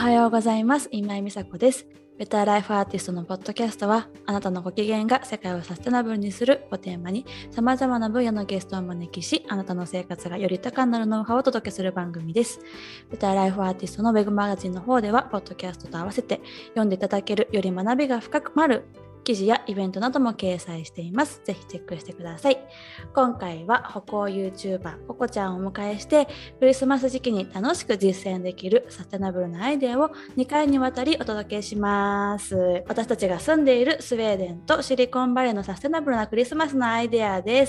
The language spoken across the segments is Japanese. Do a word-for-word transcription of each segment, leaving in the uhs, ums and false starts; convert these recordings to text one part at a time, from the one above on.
はようございます。今井美佐子です。ベターライフアーティストのポッドキャストは、あなたのご機嫌が世界をサステナブルにするをテーマに、様々な分野のゲストをお招きし、あなたの生活がより豊かになるノウハウをお届けする番組です。ベターライフアーティストのウェブマガジンの方では、ポッドキャストと合わせて読んでいただけるより学びが深くなる記事やイベントなども掲載しています。ぜひチェックしてください。今回は歩行 YouTuber ココちゃんをお迎えして、クリスマス時期に楽しく実践できるサステナブルなアイデアをにかいにわたりお届けします。私たちが住んでいるスウェーデンとシリコンバレーのサステナブルなクリスマスのアイデアです。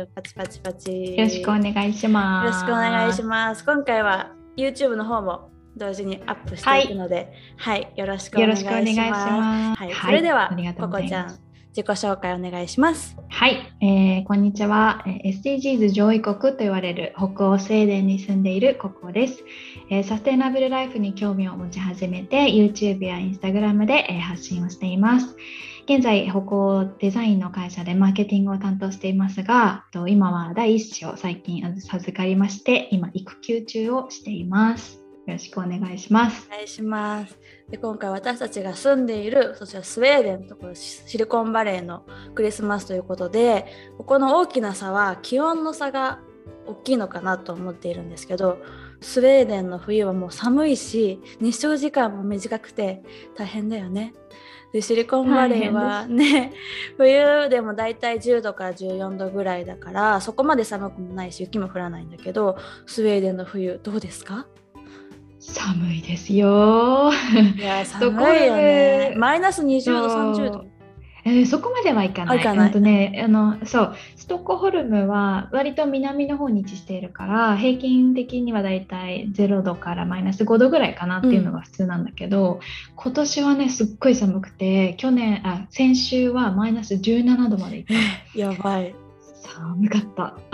パチパチパチ。 よろしくお願いします。 よろしくお願いします。今回は YouTube の方も同時にアップしていくので、はい、はい、よろしくお願いします。 よろしくお願いします。 はい、それでは、ココちゃん、自己紹介お願いします。 はい、えー、こんにちは。エスディージーズ 上位国と言われる北欧スウェーデンに住んでいるココです。えー、サステナブルライフに興味を持ち始めて、YouTube や Instagram で、えー、発信をしています。現在、北欧デザインの会社でマーケティングを担当していますが、今は第一子を最近授かりまして、今育休中をしています。よろしくお願いします。 お願いします。で、今回私たちが住んでいる、そちらスウェーデンところシリコンバレーのクリスマスということで、ここの大きな差は気温の差が大きいのかなと思っているんですけど、スウェーデンの冬はもう寒いし、日照時間も短くて大変だよね。で、シリコンバレーはね、冬でもだいたいじゅうどからじゅうよんどぐらいだから、そこまで寒くもないし雪も降らないんだけど、スウェーデンの冬どうですか？ 寒いですよ。 いや、寒いよね。マイナスにじゅうど、さんじゅうど。 えー、そこまではいかない。 いかない。 あとね、あの、そう、ストックホルムは割と南の方に位置しているから、平均的にはだいたいゼロどからマイナスごどぐらいかなっていうのが普通なんだけど、うん、今年はね、すっごい寒くて、去年、あ、先週はマイナスじゅうななどまでいった。 やばい。 寒かった。うん、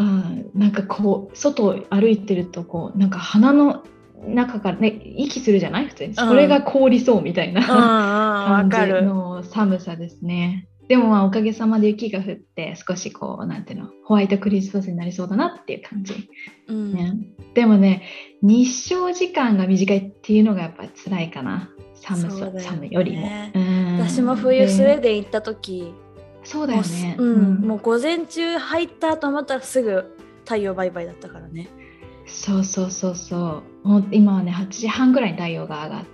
なんかこう、外を歩いてると、こう、なんか鼻の中からね、息するじゃない普通に、それが凍りそうみたいな、うん、感じの寒さですね。でもまあおかげさまで雪が降って少しこうなんていうのホワイトクリスマスになりそうだなっていう感じ、うんね、でもね日照時間が短いっていうのがやっぱ辛いかな。寒さ、ね、寒いよりも、 うん、私も冬スウェーデン行った時そうだよね、 もう、うんうん、もう午前中入ったと思ったらすぐ太陽バイバイだったからね。 そうそうそうそう。もう今はねはちじはんぐらいに太陽が上がって、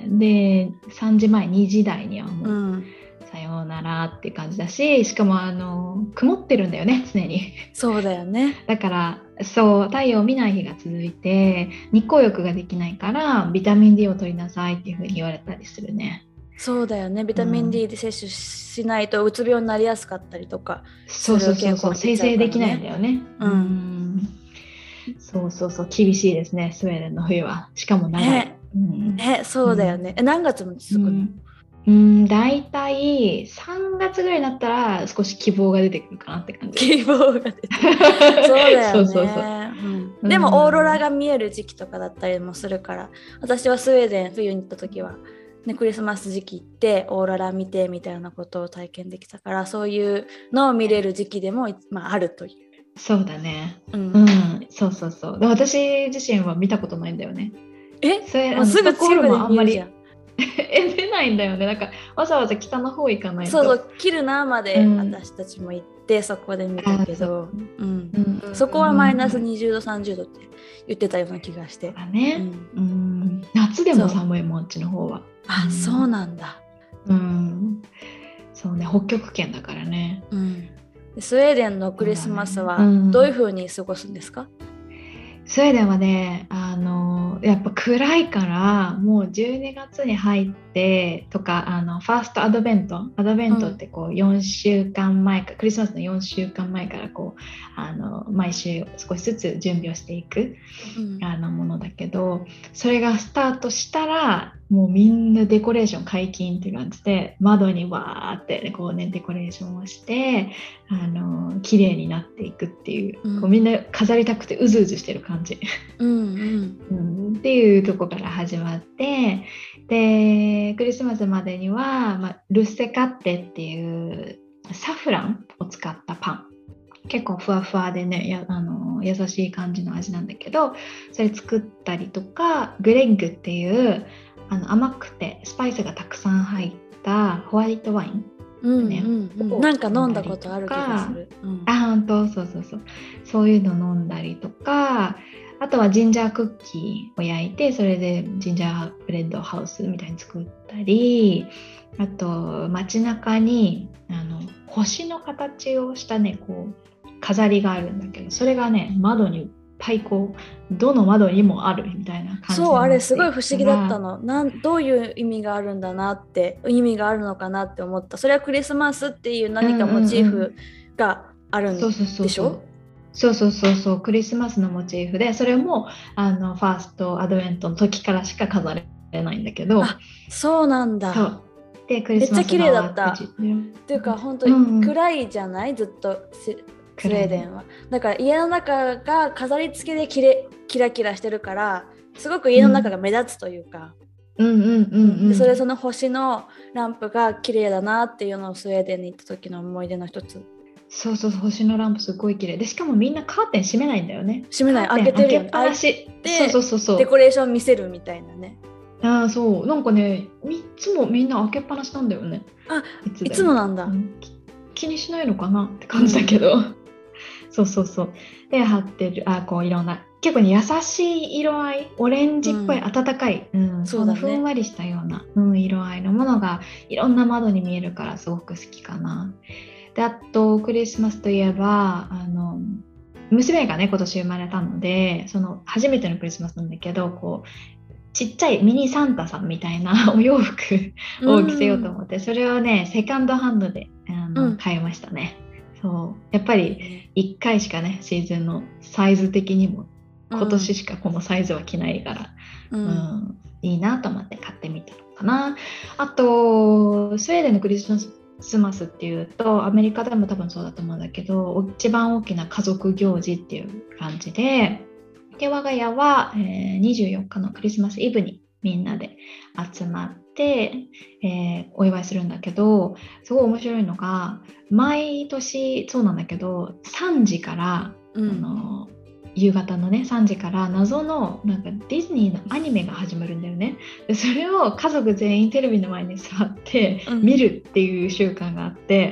でさんじまえにじ台にはもう、うん、さようならっていう感じだし、しかもあの曇ってるんだよね常に。 そうだよね。 だからそう太陽を見ない日が続いて日光浴ができないからビタミン D を取りなさいっていう風に言われたりするね。 そうだよね。ビタミン D で摂取しないとうつ病になりやすかったりとかする、 そうそうそうそう、生成できないんだよね。うん、うんそうそうそう、厳しいですねスウェーデンの冬は。しかも長い、 ねうん、ね、そうだよね、うん、え何月も続くの？ うん、だいたいさんがつぐらいになったら少し希望が出てくるかなって感じ。 希望が出てくるそうだよねそうそうそう、うん、でもオーロラが見える時期とかだったりもするから、私はスウェーデン冬に行った時は、ね、クリスマス時期行ってオーロラ見てみたいなことを体験できたから、そういうのを見れる時期でも、まあ、あるという。 そうだね、うん、うん、そうそうそう。で私自身は見たことないんだよね。 えそれもうすぐ近くで見えるじゃん。 え出ないんだよね。なんかわざわざ北の方行かないと。 そうそう、キルナまで私たちも行って、うん、そこで見たけど、うんうん、そこはマイナスにじゅうどさんじゅうどって言ってたような気がして。 だね、うんうん、夏でも寒いもんあっちの方は。 あ、うん、そうなんだ。 うん、そうね、北極圏だからね。 うん、スウェーデンのクリスマスはどういう風に過ごすんですか？ スウェーデンはね、あのやっぱ暗いからもうじゅうにがつに入ってとか、あのファーストアドベントアドベントってこうよんしゅうかんまえか、うん、クリスマスのよんしゅうかんまえからこうあの毎週少しずつ準備をしていく、うん、あのものだけど、それがスタートしたらもうみんなデコレーション解禁っていう感じで、窓にわーってこうねデコレーションをしてあの綺麗になっていくっていう、うん、こうみんな飾りたくてうずうずしてる感じ、うんうんうん、っていうとこから始まって、でクリスマスまでには、まあ、ルッセカッテっていうサフランを使ったパン、結構ふわふわでね、やあの優しい感じの味なんだけど、それ作ったりとか、グレッグっていうあの甘くてスパイスがたくさん入ったホワイトワイン、 うんね、 うんうん、なんか飲んだことある気がする。うん、 あ、本当、そうそうそう。そういうの飲んだりとか、あとはジンジャークッキーを焼いて、それでジンジャーブレッドハウスみたいに作ったり、あと街中にあの星の形をしたね、こう飾りがあるんだけど、それがね、窓にいっぱいこうどの窓にもあるみたいな感じになっているから。 そう、あれすごい不思議だったの。なんどういう意味があるんだなって、意味があるのかなって思った。それはクリスマスっていう何かモチーフがあるんでしょ？ そうそうそうそう、クリスマスのモチーフで、それもあのファーストアドベントの時からしか飾れないんだけど。 あ、そうなんだ。 そうでクリスマスめっちゃ綺麗だった。 っていうか本当に暗いじゃない、うん、ずっとスウェーデンは。だから家の中が飾り付けでキレキラキラしてるから、すごく家の中が目立つというか、でそれその星のランプが綺麗だなっていうのをスウェーデンに行った時の思い出の一つ。 そうそう、星のランプすごい綺麗で、しかもみんなカーテン閉めないんだよね。 閉めない、開けてるよね。 開けっぱなしで、そうそうそうそう、 デコレーション見せるみたいなね。 ああ、そう、なんかね、いつもみんな開けっぱなしなんだよね。 あ、いつ, いつもなんだ、うん、 気にしないのかなって感じだけど、うん、そうそうそう。で貼ってる、あ、こういろんな結構ね、優しい色合い、オレンジっぽい、うん、温かい、うん、そのふんわりしたような、うん、色合いのものがいろんな窓に見えるからすごく好きかな。で、あとクリスマスといえば、あの娘がね今年生まれたので、その初めてのクリスマスなんだけど、こうちっちゃいミニサンタさんみたいなお洋服を着せようと思って、うん、それをねセカンドハンドであの、うん、買いましたね。そうやっぱりいっかいしかね、シーズンのサイズ的にも今年しかこのサイズは着ないから、うんうん、いいなと思って買ってみたのかな。あとスウェーデンのクリスマススマスっていうと、アメリカでも多分そうだと思うんだけど、一番大きな家族行事っていう感じで、で我が家は、えー、にじゅうよっかのクリスマスイブにみんなで集まって、えー、お祝いするんだけど、すごい面白いのが、毎年そうなんだけどさんじから、うん、あの夕方のねさんじから謎のなんかディズニーのアニメが始まるんだよね。でそれを家族全員テレビの前に座って見るっていう習慣があって、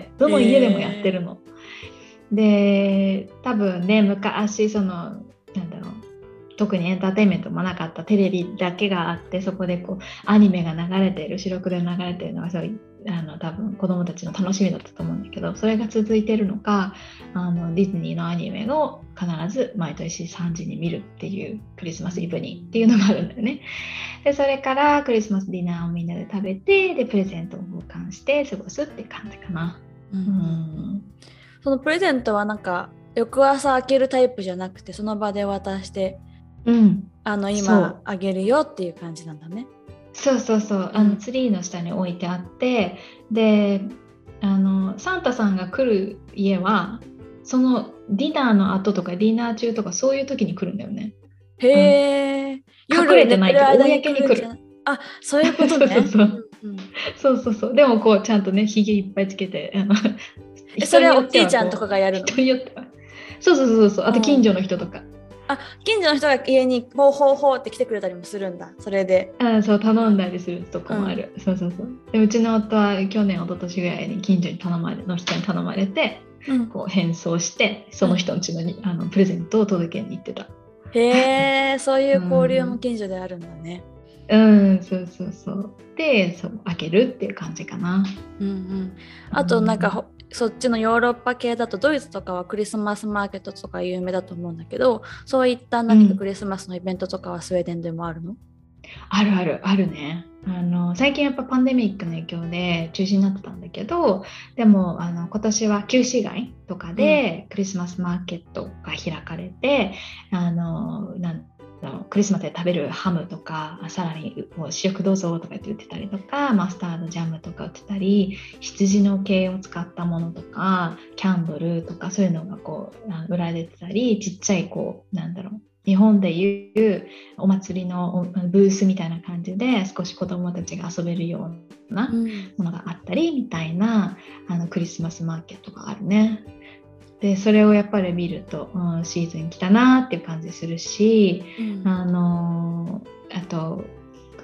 うん、どの家でもやってるの。で多分ね、昔そのなんだろう、特にエンターテインメントもなかったテレビだけがあって、そこでこうアニメが流れている、白黒で流れているのがすごいあの多分子どもたちの楽しみだったと思うんだけど、それが続いているのか、あのディズニーのアニメを必ず毎年さんじに見るっていうクリスマスイブにっていうのがあるんだよね。でそれからクリスマスディナーをみんなで食べて、でプレゼントを交換して過ごすって感じかな。うん、うん、 そのプレゼントはなんか翌朝開けるタイプじゃなくて、その場で渡して、うん、あの今あげるよっていう感じなんだね。 そうそうそう、あのツリーの下に置いてあって、であのサンタさんが来る家はそのディナーの後とかディナー中とかそういう時に来るんだよね。 へえ、 うん、隠れてないけど公に来る。 あ、そういうことね。 そうそうそう、うん、そうそうそう。でもこうちゃんとね、ひげいっぱいつけて、あのそれはおじいちゃんとかがやるの？ 人によっては。そうそうそうそう。あと近所の人とか。 あ、近所の人が家にほうほうほうって来てくれたりもするんだ。それで。 あ、そう、頼んだりするとこもある。うん、そうそうそう。でうちの夫は去年一昨年ぐらいに近所に頼まれの人に頼まれて、うん、こう変装してその人の家に、うん、あのプレゼントを届けに行ってた。 へえ、そういう交流も近所であるんだね。 うん、うん、そうそうそう。で、そう開けるっていう感じかな。 うんうん。あとなんか、うん、そっちのヨーロッパ系だとドイツとかはクリスマスマーケットとか有名だと思うんだけど、そういった何かクリスマスのイベントとかはスウェーデンでもあるの？うん、 あるあるあるね。あの最近やっぱパンデミックの影響で中止になってたんだけど、でもあの今年は旧市街とかでクリスマスマーケットが開かれて、うん、あのなんクリスマスで食べるハムとかさらにもう試食どうぞとか言って売ってたりとか、マスタードジャムとか売ってたり、羊の毛を使ったものとかキャンドルとかそういうのがこう売られてたり、ちっちゃいこうなんだろう、日本でいうお祭りのブースみたいな感じで少し子どもたちが遊べるようなものがあったりみたいな、うん、あのクリスマスマーケットがあるね。でそれをやっぱり見ると、うん、シーズン来たなっていう感じするし、うん、あのあと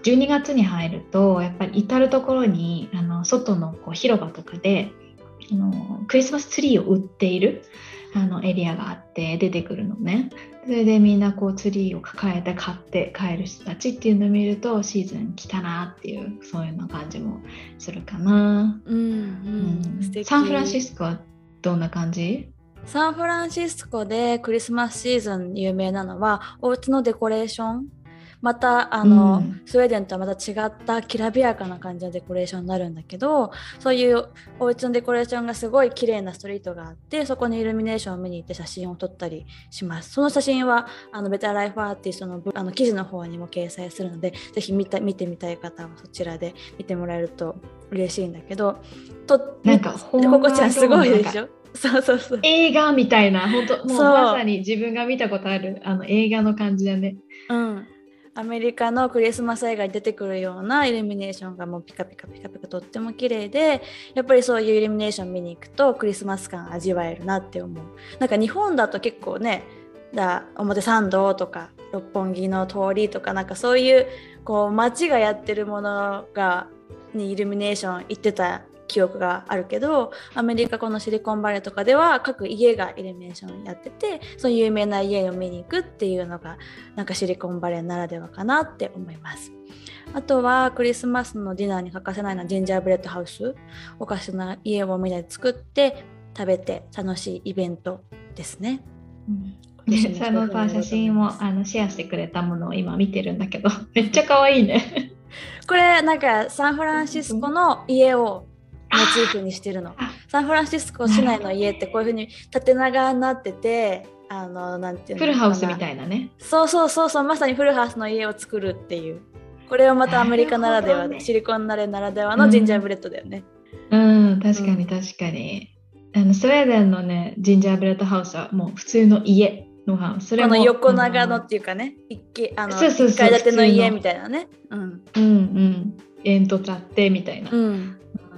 じゅうにがつに入るとやっぱり至る所にあの外のこう広場とかであのクリスマスツリーを売っているあのエリアがあって出てくるのね。それでみんなこうツリーを抱えて買って帰る人たちっていうのを見るとシーズン来たなっていうそういうような感じもするかな。 うんうんうん、 素敵。 サンフランシスコはどんな感じ？ サンフランシスコでクリスマスシーズン有名なのはお家のデコレーション、またあの、うん、スウェーデンとはまた違ったきらびやかな感じのデコレーションになるんだけど、そういうお家のデコレーションがすごい綺麗なストリートがあって、そこにイルミネーションを見に行って写真を撮ったりします。その写真はあのベターライフアーティストのあの記事の方にも掲載するので、ぜひ見た見てみたい方はそちらで見てもらえると嬉しいんだけど、となんかここちゃんすごいでしょ。そうそうそう、 映画みたいな、本当もうまさに自分が見たことあるあの映画の感じだね。 うん、アメリカのクリスマス映画に出てくるようなイルミネーションがもうピカピカピカピカとっても綺麗で、やっぱりそういうイルミネーション見に行くとクリスマス感味わえるなって思う。なんか日本だと結構ね、だ表参道とか六本木の通りとかなんかそういうこう街がやってるものがにイルミネーション行ってた記憶があるけど、アメリカこのシリコンバレーとかでは各家がイルミネーションやってて、そういう有名な家を見に行くっていうのがなんかシリコンバレーならではかなって思います。あとはクリスマスのディナーに欠かせないのはジンジャーブレッドハウス、お菓子の家をみんなで作って食べて楽しいイベントですね。 うんそのさ写真をあのシェアしてくれたものを今見てるんだけど、めっちゃ可愛いね。 これなんかサンフランシスコの家をモチーフにしてるの。サンフランシスコ市内の家ってこういう風に縦長になってて、あのなんていうのかな、 フルハウスみたいなね。 そうそうそうそう、まさにフルハウスの家を作るっていう。これはまたアメリカならではで、ね、シリコンバレーならではのジンジャーブレッドだよね。 うん、うん、確かに確かに。あのスウェーデンのねジンジャーブレッドハウスはもう普通の家のハウス。それもこの横長のっていうかね、一階建ての家みたいなね。うん、うんうん煙突あってみたいな。うんうんうん、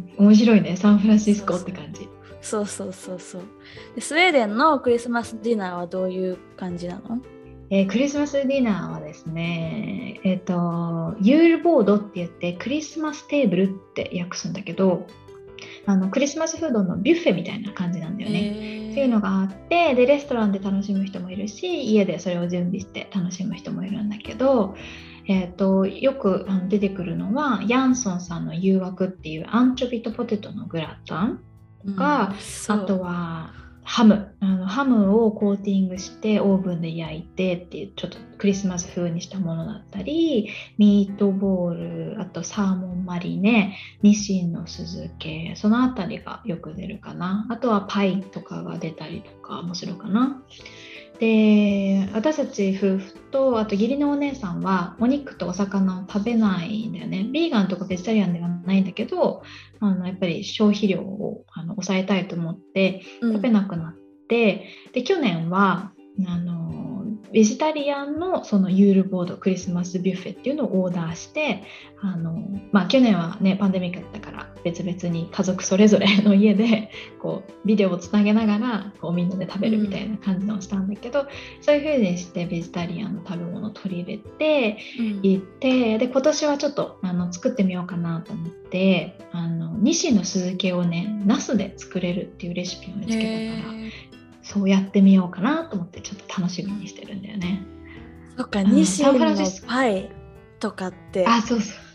面白いね、サンフランシスコって感じ。 そうそうそうそう。でスウェーデンのクリスマスディナーはどういう感じなの？ えー、クリスマスディナーはですね、えっとユールボードって言ってクリスマステーブルって訳すんだけど、あのクリスマスフードのビュッフェみたいな感じなんだよね。っていうのがあって、でレストランで楽しむ人もいるし、家でそれを準備して楽しむ人もいるんだけど、えー、とよくあの出てくるのはヤンソンさんの誘惑っていうアンチョビとポテトのグラタンとか、うん、あとはハムあのハムをコーティングしてオーブンで焼いてっていうちょっとクリスマス風にしたものだったり、ミートボール、あとサーモンマリネ、ニシンの酢漬け、そのあたりがよく出るかな。あとはパイとかが出たりとかもするかな。で私たち夫婦とあと義理のお姉さんはお肉とお魚を食べないんだよね。ビーガンとかベジタリアンではないんだけど、あのやっぱり消費量をあの抑えたいと思って食べなくなって、うん、で去年はあのベジタリアンのそのユールボードクリスマスビュッフェっていうのをオーダーして、あの、まあ、去年はねパンデミックだったから別々に家族それぞれの家でこうビデオをつなげながらこうみんなで食べるみたいな感じのをしたんだけど、うん、そういう風にしてベジタリアンの食べ物を取り入れていって、うん、で今年はちょっとあの作ってみようかなと思って、あのニシンの酢漬けをねナスで作れるっていうレシピを見つけたから、そうやってみようかなと思ってちょっと楽しみにしてるんだよね。 そっか、ニシンのパイとかって、 あ、そうそう。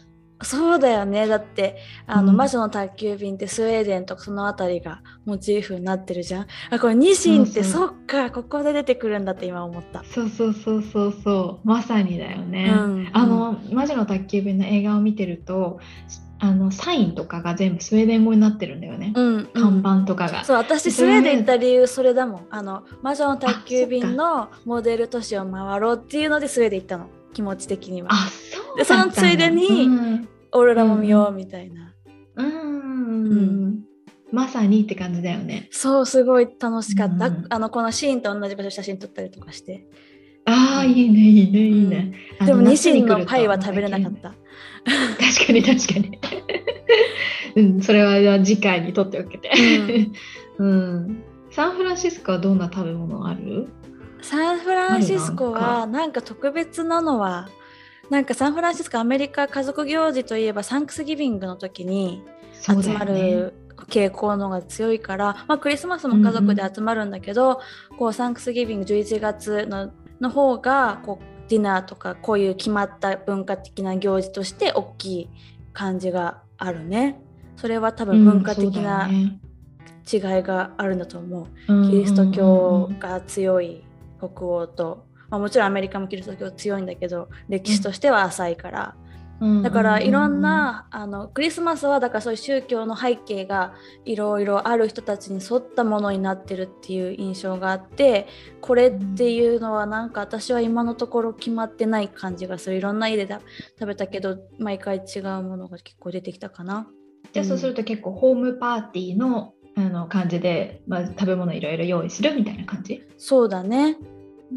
そうだよね。だってあの、うん、魔女の宅急便ってスウェーデンとかそのあたりがモチーフになってるじゃん。あ、これニシンってそっか、ここで出てくるんだって今思った。 そうそうそうそうそう、まさにだよね。うん、あの、うん、魔女の宅急便の映画を見てると。あのサインとかが全部スウェーデン語になってるんだよね、うんうん、看板とかが。 そう、私スウェーデン行った理由それだもん。あの魔女の宅急便のモデル都市を回ろうっていうのでスウェーデン行ったの、気持ち的には。 あ、そうでそのついでに、うん、オーロラも見ようみたいな。 うん、うんうん、まさにって感じだよね。 そう、すごい楽しかった、うん、あのこのシーンと同じ場所写真撮ったりとかして。 ああ、いいねいいねいいね、 うん、でもニシンのパイは食べれなかった。 確かに確かに、うん、それは次回にとっておけて、うんうん、サンフランシスコはどんな食べ物ある？ サンフランシスコはなんか特別なのはなんかサンフランシスコアメリカ家族行事といえばサンクスギビングの時に集まる傾向のが強いから、まあ、クリスマスも家族で集まるんだけど、うんうん、こうサンクスギビングじゅういちがつ の, の方がこうディナーとかこういう決まった文化的な行事として大きい感じがあるね。それは多分文化的な違いがあるんだと思う、うん、キリスト教が強い北欧と、まあ、もちろんアメリカもキリスト教強いんだけど歴史としては浅いから、うん、だからいろんなあのクリスマスはだからそういう宗教の背景がいろいろある人たちに沿ったものになってるっていう印象があって、これっていうのはなんか私は今のところ決まってない感じがする。いろんな家で食べたけど毎回違うものが結構出てきたかな。 じゃあそうすると結構ホームパーティーの、あの感じで、まあ、食べ物いろいろ用意するみたいな感じ？ そうだね、 うん、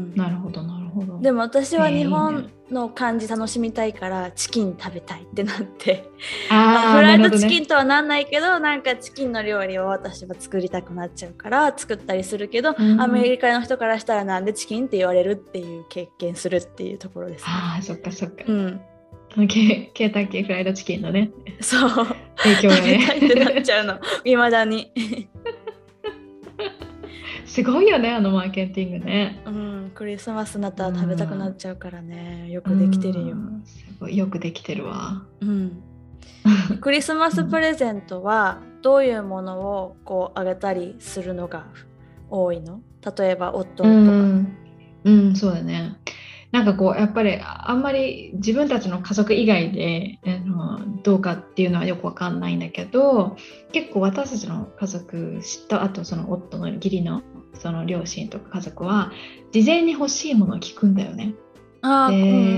なるほどなるほど。 でも私は日本の感じ楽しみたいからチキン食べたいってなってあフライドチキンとはなんないけど、なんかチキンの料理を私は作りたくなっちゃうから作ったりするけど、うん、アメリカの人からしたらなんでチキンって言われるっていう経験するっていうところですね。 ああそっかそっか、 うん、 ケ, ケータッキーフライドチキンのねそう影響がね食べたいってなっちゃうの未だにすごいよねあのマーケティングね、 うん、クリスマスになったら食べたくなっちゃうからね、うん、よくできてるよ、うん、 すごいよくできてるわ、 うん、クリスマスプレゼントはどういうものをこうあげたりするのが多いの？例えば夫とか、うん、 うん、そうだね。なんかこうやっぱりあんまり自分たちの家族以外であのどうかっていうのはよくわかんないんだけど、結構私たちの家族とあとその夫の義理のその両親とか家族は事前に欲しいものを聞くんだよね。 あ、うん、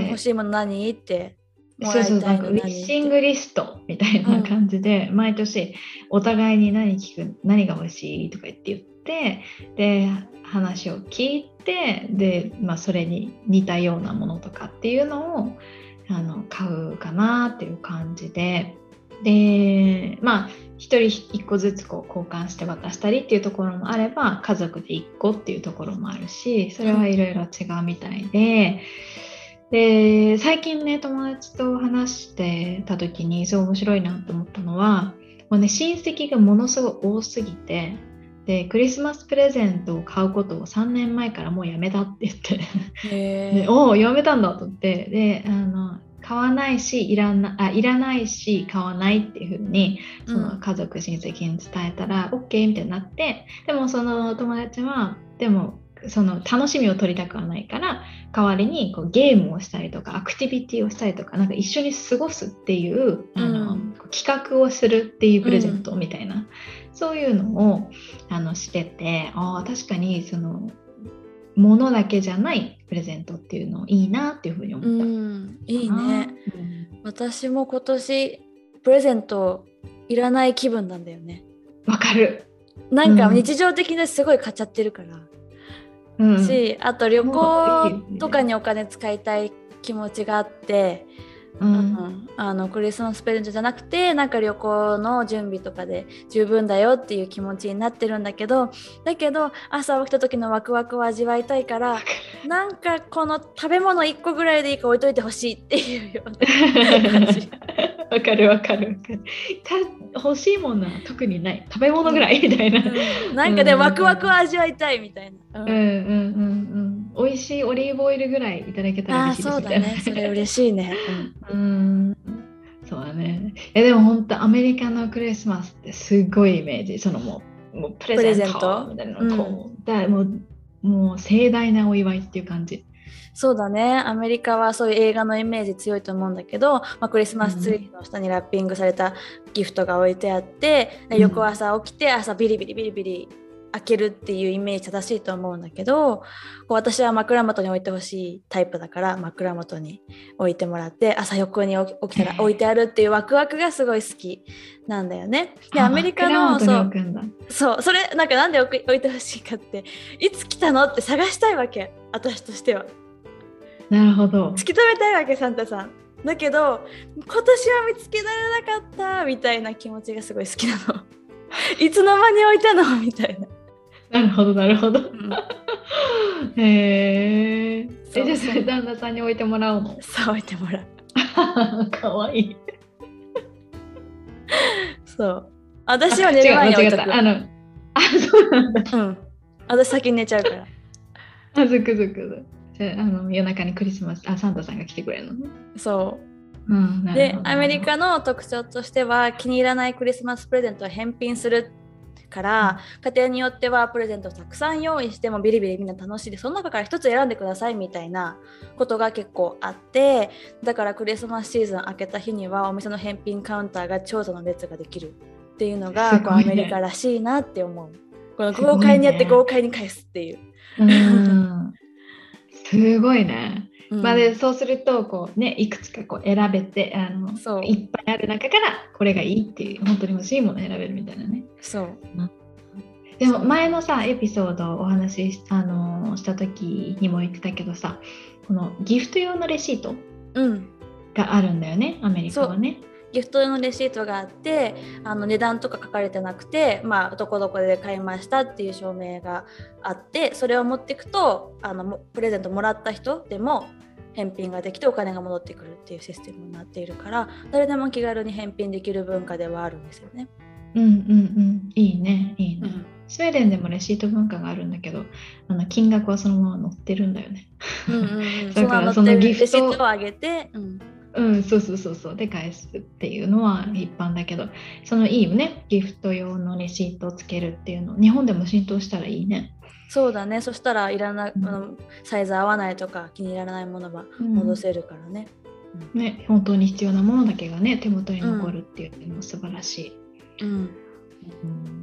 欲しいもの何ってもらいたいの何って、そうそう、なんかウィッシングリストみたいな感じで、うん、毎年お互いに何聞く何が欲しいとか言って言ってで話を聞いてで、まあ、それに似たようなものとかっていうのをあの買うかなっていう感じで、でまあ一人一個ずつこう交換して渡したりっていうところもあれば家族で一個っていうところもあるし、それはいろいろ違うみたいで、で最近ね友達と話してた時にすごい面白いなと思ったのは、もうね親戚がものすごい多すぎて、でクリスマスプレゼントを買うことをさんねんまえからもうやめたって言ってでおおやめたんだと思って、であの買わないしいらなあいらないし買わないっていう風にその家族親戚に伝えたら、うん、OK みたいになって、でもその友達はでもその楽しみを取りたくはないから代わりにこうゲームをしたりとかアクティビティをしたりとか、なんか一緒に過ごすっていう、うん、あの企画をするっていうプレゼントみたいな、うん、そういうのをあのしてて、あ確かにそのものだけじゃないプレゼントっていうのいいなっていうふうに思った、うん、 いいね、うん、私も今年プレゼントいらない気分なんだよね。 わかる。 なんか日常的ですごい買っちゃってるから、うん、しあと旅行とかにお金使いたい気持ちがあって、うんうん、あのクリスマスプレゼントじゃなくてなんか旅行の準備とかで十分だよっていう気持ちになってるんだけど、だけど朝起きた時のワクワクを味わいたいからなんかこの食べ物いっこぐらいでいいから置いといてほしいっていうような感じわかるわかるわかる。欲しいものは特にない、食べ物ぐらいみたいな、 うん、なんかでワクワクを味わいたいみたいな、 うんうんうんうんうん、美味しいオリーブオイルぐらいいただけたら嬉しいですみたいな。 あ、そうだね、それ嬉しいね、 うん、うんそうだね。えでも本当アメリカのクリスマスってすごいイメージ、そのもう、もうプレゼントみたいなのこう、うん、だもうもう盛大なお祝いっていう感じ。 そうだね、アメリカはそういう映画のイメージ強いと思うんだけど、まあ、クリスマスツリーの下にラッピングされたギフトが置いてあって、うん、翌朝起きて朝ビリビリビリビリ開けるっていうイメージ正しいと思うんだけど、こう私は枕元に置いてほしいタイプだから枕元に置いてもらって朝横に起きたら置いてあるっていうワクワクがすごい好きなんだよね。でアメリカのそうそうそれなんかなんで置いてほしいかって、いつ来たのって探したいわけ、私としては。 なるほど。 突き止めたいわけサンタさんだけど、今年は見つけられなかったみたいな気持ちがすごい好きなのいつの間に置いたのみたいな。 なるほどなるほど、うん、へえ。 え、じゃあそれ旦那さんに置いてもらうの？ そう置いてもらう。 かわいい。 そう私は寝る前に置いとく。 あ、のあそうなんだ。 うん私先に寝ちゃうから。 あずくずくじゃあ、あの夜中にクリスマスあサンタさんが来てくれるの？ そう、 うん、 でアメリカの特徴としては気に入らないクリスマスプレゼントは返品するから、うん、家庭によってはプレゼントをたくさん用意してもビリビリみんな楽しいでその中から一つ選んでくださいみたいなことが結構あって、だからクリスマスシーズン明けた日にはお店の返品カウンターが長蛇の列ができるっていうのが、ね、こうアメリカらしいなって思う。この豪快にやって豪快に返すっていう。 うんすごいね。うん、まあでそうするとこう、ね、いくつかこう選べてあのいっぱいある中からこれがいいっていう本当に欲しいものを選べるみたいなね。 そう、 うん、でも前のさエピソードをお話しあのした時にも言ってたけどさこのギフト用のレシートがあるんだよね、うん、アメリカはね。 ギフト用のレシートがあってあの値段とか書かれてなくて、まあ、どこどこで買いましたっていう証明があってそれを持っていくとあのプレゼントもらった人でも返品ができてお金が戻ってくるっていうシステムになっているから誰でも気軽に返品できる文化ではあるんですよね。 うんうんうんいいねいいね、うん、スウェーデンでもレシート文化があるんだけどあの金額はそのまま載ってるんだよね。 うんうんうん、だからそのギフトレシートを上げて、うんうん、そうそうそうそうで返すっていうのは一般だけどそのいいよねギフト用のレシートをつけるっていうの日本でも浸透したらいいね。 そうだねそしたらいらない、うん、あのサイズ合わないとか気に入らないものは戻せるからね、 うんうん、ね本当に必要なものだけがね手元に残るっていうのも素晴らしい、 うんうん、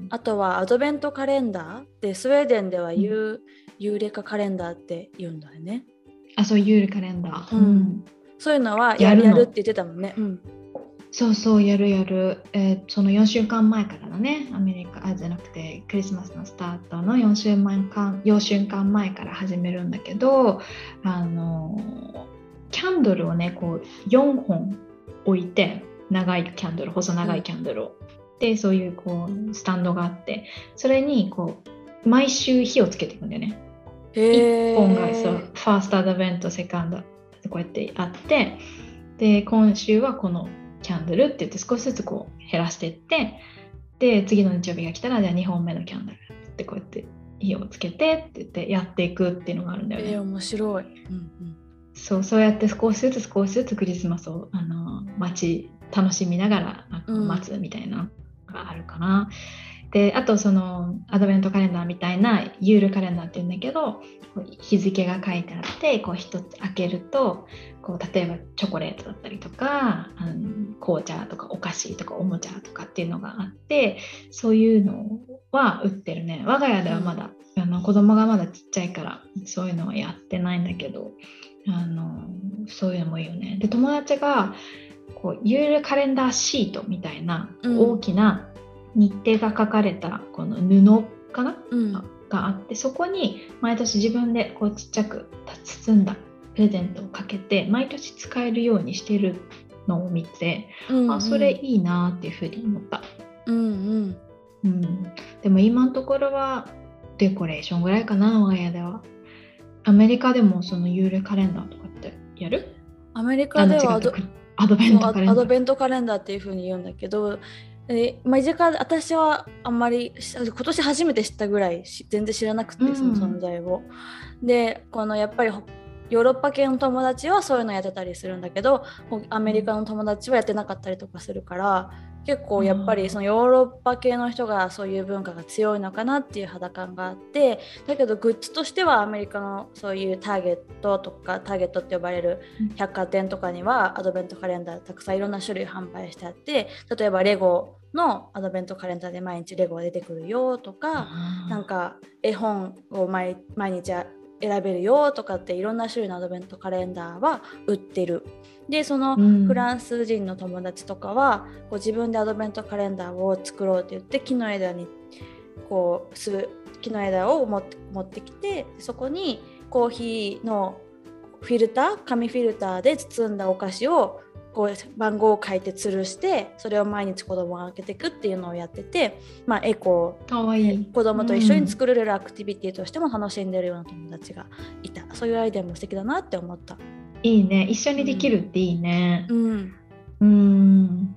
あとはアドベントカレンダーでスウェーデンではユー、うん、ユーレカカレンダーって言うんだよね。 あそうユーレカレンダー、 うんそういうのはやるやるって言ってたもんね、うん、 そうそうやるやる、えー、そのよんしゅうかんまえからだねアメリカあじゃなくてクリスマスのスタートのよんしゅうかんよんしゅうかんまえから始めるんだけどあのキャンドルをねこうよんほん置いて長いキャンドル細長いキャンドルを、うん、でそういうこうスタンドがあってそれにこう毎週火をつけていくんだよね。いっぽんがそうファーストアドベントセカンドこうやってあってで今週はこのキャンドルって言って少しずつこう減らしていってで次の日曜日が来たらじゃあにほんめのキャンドルってこうやって火をつけてって言ってやっていくっていうのがあるんだよね。 えー、面白い、うんうん、 そうそうやって少しずつ少しずつクリスマスをあの待ち楽しみながらあの待つみたいなのがあるかな、うん、であとそのアドベントカレンダーみたいなユールカレンダーっていうんだけど日付が書いてあってこう一つ開けるとこう例えばチョコレートだったりとか、うん、紅茶とかお菓子とかおもちゃとかっていうのがあってそういうのは売ってるね。我が家ではまだ、うん、あの子供がまだちっちゃいからそういうのはやってないんだけどあのそういうのもいいよね。で友達がこうユールカレンダーシートみたいな大きな日程が書かれたこの布かな、うんがあってそこに毎年自分でこうちっちゃく包んだプレゼントをかけて毎年使えるようにしてるのを見て、うんうん、あそれいいなっていうふうに思った、 うんうんうん、でも今のところはデコレーションぐらいかな我が家では。アメリカでもそのユーレカレンダーとかってやる？ アメリカではアド、 アドベントカレンダー、 アドベントカレンダーっていうふうに言うんだけどえ身近で私はあんまり今年初めて知ったぐらい全然知らなくて、うん、その存在をでこのやっぱりヨーロッパ系の友達はそういうのやってたりするんだけどアメリカの友達はやってなかったりとかするから結構やっぱりそのヨーロッパ系の人がそういう文化が強いのかなっていう肌感があってだけどグッズとしてはアメリカのそういうターゲットとかターゲットって呼ばれる百貨店とかにはアドベントカレンダーたくさんいろんな種類販売してあって例えばレゴのアドベントカレンダーで毎日レゴが出てくるよとかなんか絵本を 毎, 毎日選べるよとかっていろんな種類のアドベントカレンダーは売ってる。でそのフランス人の友達とかは、うん、こう自分でアドベントカレンダーを作ろうって言って木の枝にこうす木の枝を持って持ってきてそこにコーヒーのフィルター紙フィルターで包んだお菓子をこう番号を書いて吊るしてそれを毎日子供が開けていくっていうのをやってて、まあ、エコかわいい。 子供と一緒に作れるアクティビティとしても楽しんでるような友達がいた。そういうアイデアも素敵だなって思った。 いいね、一緒にできるっていいね。 うん、 うん、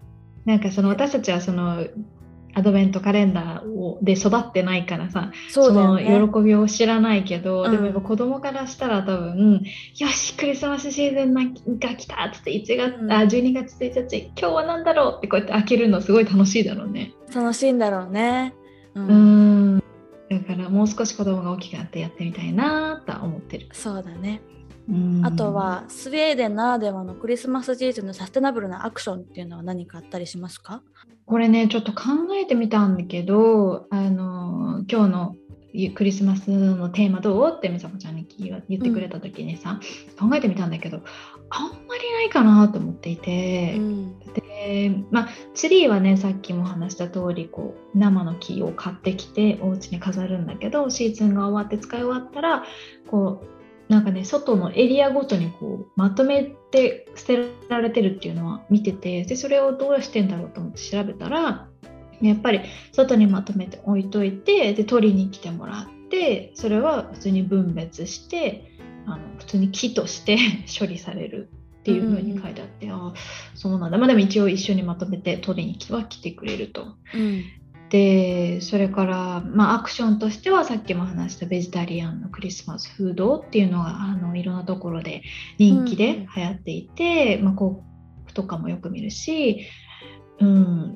なんかその私たちはそのアドベントカレンダーをで育ってないからさ、 そうだよね、 その喜びを知らないけど、 うん、 でもやっぱ子供からしたら多分、よしクリスマスシーズンが来たっつっていちがつ、うん、あじゅうにがつついたち今日は何だろうってこうやって開けるのすごい楽しいだろうね。 楽しいんだろうね。 うん、うんだからもう少し子供が大きくなってやってみたいなとは思ってる。 そうだね。 うん、 あとはスウェーデンならではのクリスマスシーズンのサステナブルなアクションっていうのは何かあったりしますか？ これねちょっと考えてみたんだけど、あの今日のクリスマスのテーマどうって美佐子ちゃんに言ってくれた時にさ、うん、考えてみたんだけどあんまりないかなと思っていて、うん、でまあツリーはねさっきも話した通りこう生の木を買ってきてお家に飾るんだけど、シーズンが終わって使い終わったらこうなんかね外のエリアごとにこうまとめて捨てられてるっていうのは見てて、でそれをどうしてんだろうと思って調べたらやっぱり外にまとめて置いといてで取りに来てもらってそれは普通に分別してあの普通に木として処理されるっていう風に書いてあって、うんうん、あそうなんだ、まあ、でも一応一緒にまとめて取りには来てくれると、うんでそれから、まあ、アクションとしてはさっきも話したベジタリアンのクリスマスフードっていうのがあのいろんなところで人気で流行っていて、うんまあ、広告とかもよく見るし、うん、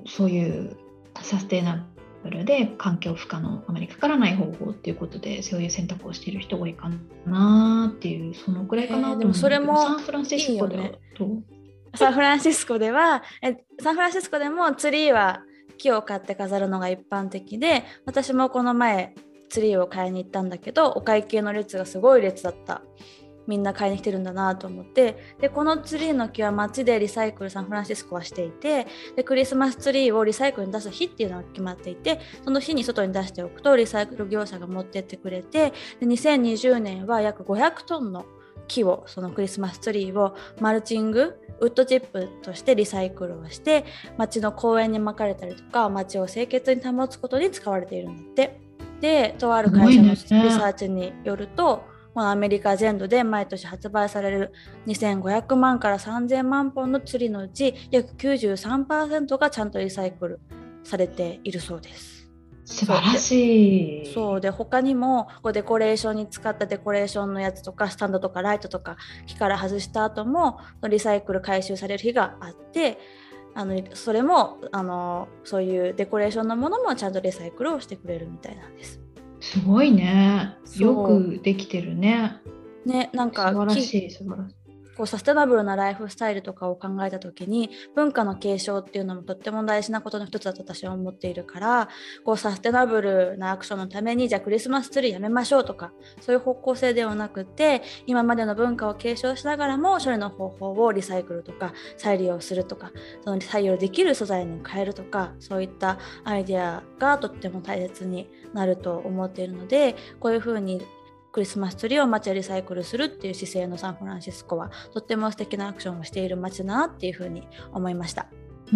そういうサステナブルで環境負荷のあまりかからない方法っていうことでそういう選択をしている人多いかなっていうそのくらいかなと思うんだけど、でもそれもサンフランシスコではどう？ サンフランシスコではえサンフランシスコでもツリーは木を買って飾るのが一般的で、私もこの前ツリーを買いに行ったんだけどお会計の列がすごい列だった。みんな買いに来てるんだなと思って、でこのツリーの木は街でリサイクルサンフランシスコはしていて、でクリスマスツリーをリサイクルに出す日っていうのが決まっていて、その日に外に出しておくとリサイクル業者が持ってってくれて、でにせんにじゅうねんは約ごひゃくトンの木をそのクリスマスツリーをマルチングウッドチップとしてリサイクルをして街の公園にまかれたりとか街を清潔に保つことに使われているんだって。でとある会社のリサーチによると、このアメリカ全土で毎年発売されるにせんごひゃくまんからさんぜんまんぽんのツリーのうち約 きゅうじゅうさんパーセント がちゃんとリサイクルされているそうです。 素晴らしい。 そうで他にもこうデコレーションに使ったデコレーションのやつとかスタンドとかライトとか木から外した後もリサイクル回収される日があって、あのそれもあのそういうデコレーションのものもちゃんとリサイクルをしてくれるみたいなんです。 すごいね。よくできてるね。 ね、なんか素晴らしい素晴らしい。 こうサステナブルなライフスタイルとかを考えた時に文化の継承っていうのもとっても大事なことの一つだと私は思っているから、こうサステナブルなアクションのためにじゃあクリスマスツリーやめましょうとかそういう方向性ではなくて、今までの文化を継承しながらも処理の方法をリサイクルとか再利用するとか、その再利用できる素材に変えるとか、そういったアイデアがとっても大切になると思っているので、こういうふうにクリスマスツリーを街でリサイクルするっていう姿勢のサンフランシスコはとっても素敵なアクションをしている街だなっていうふうに思いました。 うん、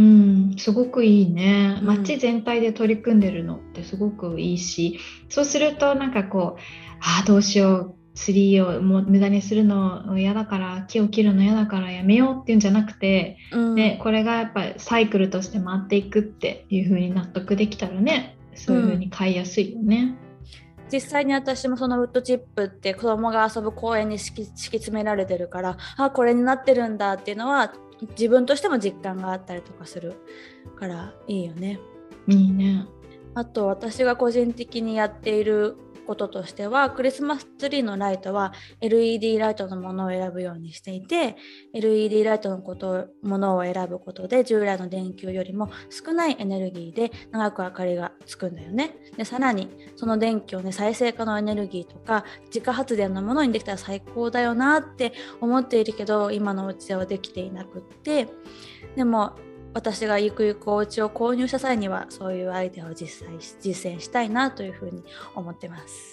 すごくいいね。街全体で取り組んでるのってすごくいいし、うん、そうするとなんかこうああどうしようツリーをもう無駄にするの嫌だから木を切るの嫌だからやめようっていうんじゃなくて、うんね、これがやっぱりサイクルとして回っていくっていう風に納得できたらね、そういう風に買いやすいよね。うん実際に私もそのウッドチップって子供が遊ぶ公園に敷き、敷き詰められてるから、あこれになってるんだっていうのは自分としても実感があったりとかするからいいよね。 いいね。 あと私が個人的にやっていることとしては、クリスマスツリーのライトは エルイーディー ライトのものを選ぶようにしていて、 エルイーディー ライトのことものを選ぶことで従来の電球よりも少ないエネルギーで長く明かりがつくんだよね。でさらにその電気をね再生可能エネルギーとか自家発電のものにできたら最高だよなって思っているけど、今のうちではできていなくって、でも私がゆくゆくお家を購入した際にはそういうアイデアを実際実践したいなというふうに思ってます。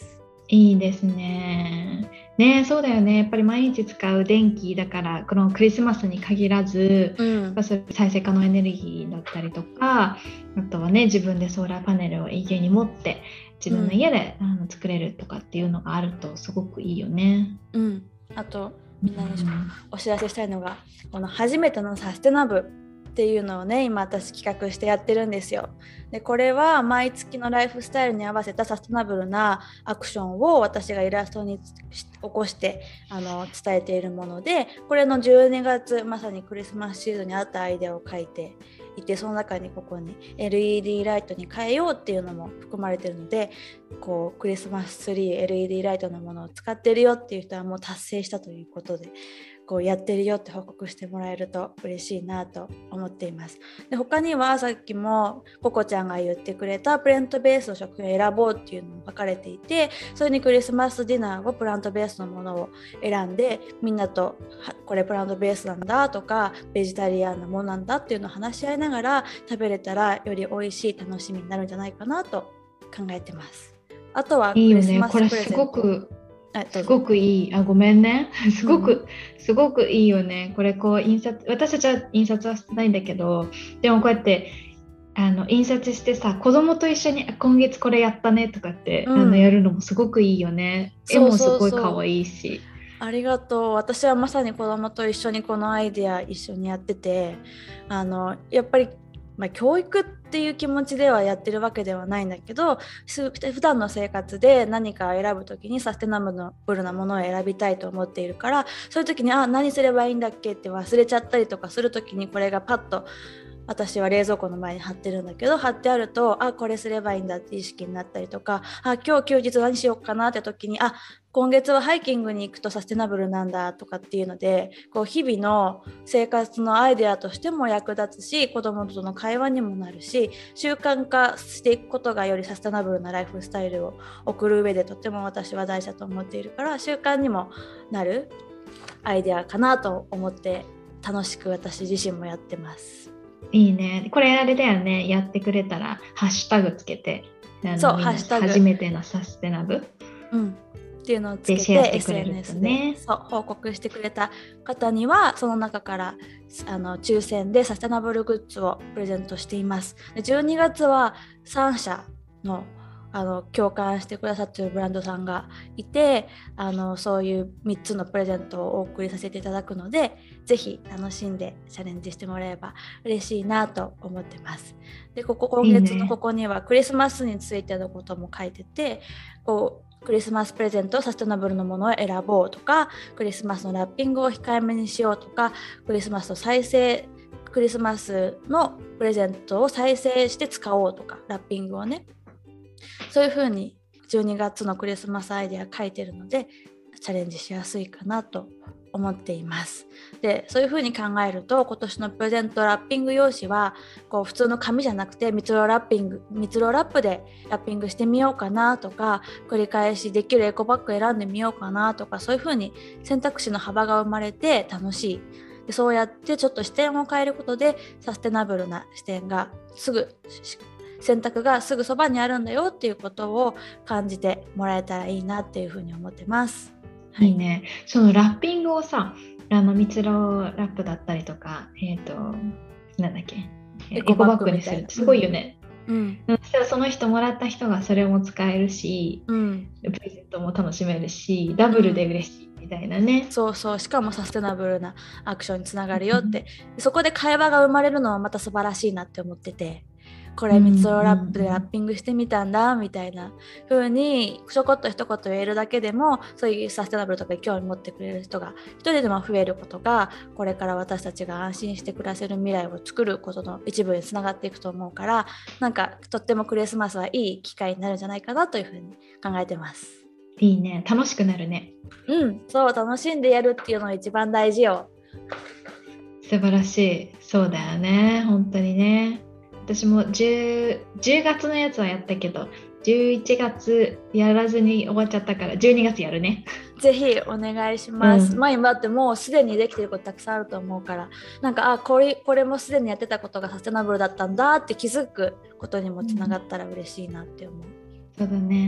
いいですね。ね、そうだよね。やっぱり毎日使う電気だから、このクリスマスに限らず、 うん、 それ再生可能エネルギーだったりとか、あとはね、自分でソーラーパネルを家に持って、自分の家で、うん、あの作れるとかっていうのがあるとすごくいいよね。 うん、あとうみんなにん、 お知らせしたいのが、この初めてのサステナブっていうのをね、今私企画してやってるんですよ。でこれは毎月のライフスタイルに合わせたサステナブルなアクションを私がイラストに起こしてあの伝えているもので、これのじゅうにがつまさにクリスマスシーズンに合ったアイデアを書いていて、その中にここに エルイーディー ライトに変えようっていうのも含まれているので、こうクリスマスツリー エルイーディー ライトのものを使ってるよっていう人はもう達成したということで、こうやってるよって報告してもらえると嬉しいなと思っています。で他にはさっきもココちゃんが言ってくれたプラントベースの食品を選ぼうっていうのも書かれていて、それにクリスマスディナーをプラントベースのものを選んで、みんなとこれプラントベースなんだとかベジタリアンなものなんだっていうのを話し合いながら食べれたらより美味しい楽しみになるんじゃないかなと考えてます。あとはクいいよね。 リスマスこれすプレゼント。 ごくすはい、どうぞ。 ごくいい。あ、ごめんね。すごうん、 く、すごくいいよね。これこう印刷、私たちは印刷はしてないんだけど、でもこうやってあの印刷してさ、子供と一緒にあ今月これやったねとかってあのやうん、 るのもすごくいいよね。絵そうもすそうそう。 ごい可愛いし。 ありがとう。私はまさに子供と一緒にこのアイデア一緒にやってて、あのやっぱり、まあ、教育っていう気持ちではやってるわけではないんだけど、す普段の生活で何かを選ぶときにサステナブルなものを選びたいと思っているから、そういう時にあ何すればいいんだっけって忘れちゃったりとかする時に、これがパッと私は冷蔵庫の前に貼ってるんだけど、貼ってあるとあこれすればいいんだって意識になったりとか、あ今日休日何しようかなって時にあ今月はハイキングに行くとサステナブルなんだとかっていうので、こう日々の生活のアイデアとしても役立つし、子どもとの会話にもなるし、習慣化していくことがよりサステナブルなライフスタイルを送る上でとても私は大事だと思っているから、習慣にもなるアイデアかなと思って楽しく私自身もやってます。 いいね。これあれだよね。やってくれたらハッシュタグつけて、あそう、 のみんなハッシュタグ、 初めてのサステナブうん、っていうのをつでシェアしけててくれるとエスエヌエス でね。 そう報告してくれた方には、その中からあの抽選でサステナブルグッズをプレゼントしています。でじゅうにがつはさん社のあの共感してくださっているブランドさんがいて、あのそういうみっつのプレゼントをお送りさせていただくので、ぜひ楽しんでチャレンジしてもらえれば嬉しいなと思ってます。でここ今いい月のこね。 こにはクリスマスについてのことも書いてて、こうクリスマスプレゼントサステナブルのものを選ぼうとか、クリスマスのラッピングを控えめにしようとか、クリスマスの再生クリスマスのプレゼントを再生して使おうとか、ラッピングをね、そういう風にじゅうにがつのクリスマスアイデア書いてるので、チャレンジしやすいかなと思っています。でそういう風に考えると、今年のプレゼントラッピング用紙はこう普通の紙じゃなくて蜜ろラッピング蜜ろラップでラッピングしてみようかなとか、繰り返しできるエコバッグ選んでみようかなとか、そういう風に選択肢の幅が生まれて楽しい。でそうやってちょっと視点を変えることで、サステナブルな視点がすぐ選択がすぐそばにあるんだよっていうことを感じてもらえたらいいなっていうふうに思ってます。はい、 いいね。そのラッピングをさ、あの蜜ろラップだったりとか、えっ、ー、と、なんだっけ、エコバッグにするってすごいよね。うん。そしたらその人もらった人がそれも使えるし、うん、プレゼントも楽しめるし、ダブルで嬉しいみたいなね。 うん、そうそう、しかもサステナブルなアクションにつながるよって、うん、そこで会話が生まれるのはまた素晴らしいなって思ってて。これ蜜ろラップでラッピングしてみたんだみたいな風にちょこっと一言言えるだけでも、そういうサステナブルとかに興味持ってくれる人が一人でも増えることが、これから私たちが安心して暮らせる未来を作ることの一部につながっていくと思うから、なんかとってもクリスマスはいい機会になるんじゃないかなという風に考えてます。 いいね、楽しくなるね。 うん、そう、楽しんでやるっていうのが一番大事よ。 素晴らしい。そうだよね、本当にね。私も 10, 10月のやつはやったけど、じゅういちがつやらずに終わっちゃったからじゅうにがつやるね。 ぜひお願いします。うん、まあ今だってもうすでにできてることたくさんあると思うから、なんかあこれこれもすでにやってたことがサステナブルだったんだって気づくことにもつながったら嬉しいなって思う。 うん、そうだね。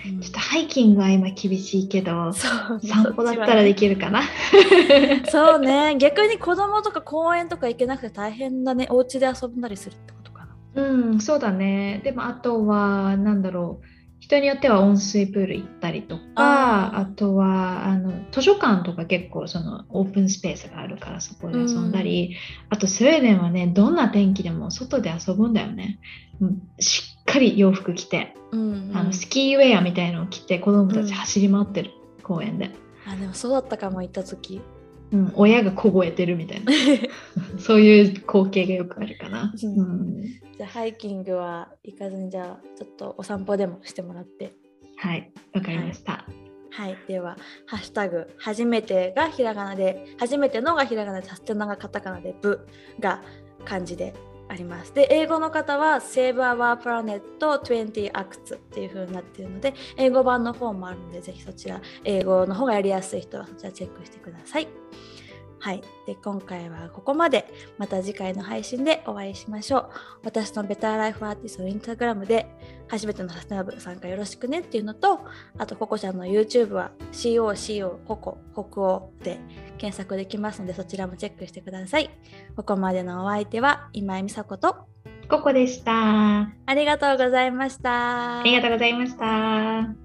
うん、 ちょっとハイキングは今厳しいけど、 そう散歩だったらできるかな。 そうね、逆に子供とか公園とか行けなくて大変だね。お家で遊んだりするってことかな。 うん、そうだね。でもあとは、なんだろう。人によっては温水プール行ったりとか、ああとはあの図書館とか結構そのオープンスペースがあるからそこで遊んだり、あとスウェーデンはね、どんな天気でも外で遊ぶんだよね。うん、しっかり洋服着て、 うんうん、 あのスキーウェアみたいのを着て子供たち走り回ってる、うん、公園で。 あ、でもそうだったかも、行った時。 うん、親が凍えてるみたいなそういう光景がよくあるかな、 うんうん、 じゃあハイキングは行かずに、じゃあちょっとお散歩でもしてもらって。 はい、わかりました。 はい、はい、ではハッシュタグ初めてがひらがなで、初めてのがひらがなで、サステナがカタカナで、ブが漢字であります。で、英語の方は Save Our Planet にじゅう Acts っていう風になっているので、英語版の方もあるので、ぜひそちら、英語の方がやりやすい人はそちらチェックしてください。はい、で今回はここまで。また次回の配信でお会いしましょう。私のベターライフアーティストのインスタグラムで初めてのサステナブル参加よろしくねっていうのと、あとココちゃんの YouTube は シーオーシーオー ココ北欧で検索できますので、そちらもチェックしてください。ここまでのお相手は今井美佐子とココでした。 ありがとうございました。 ありがとうございました。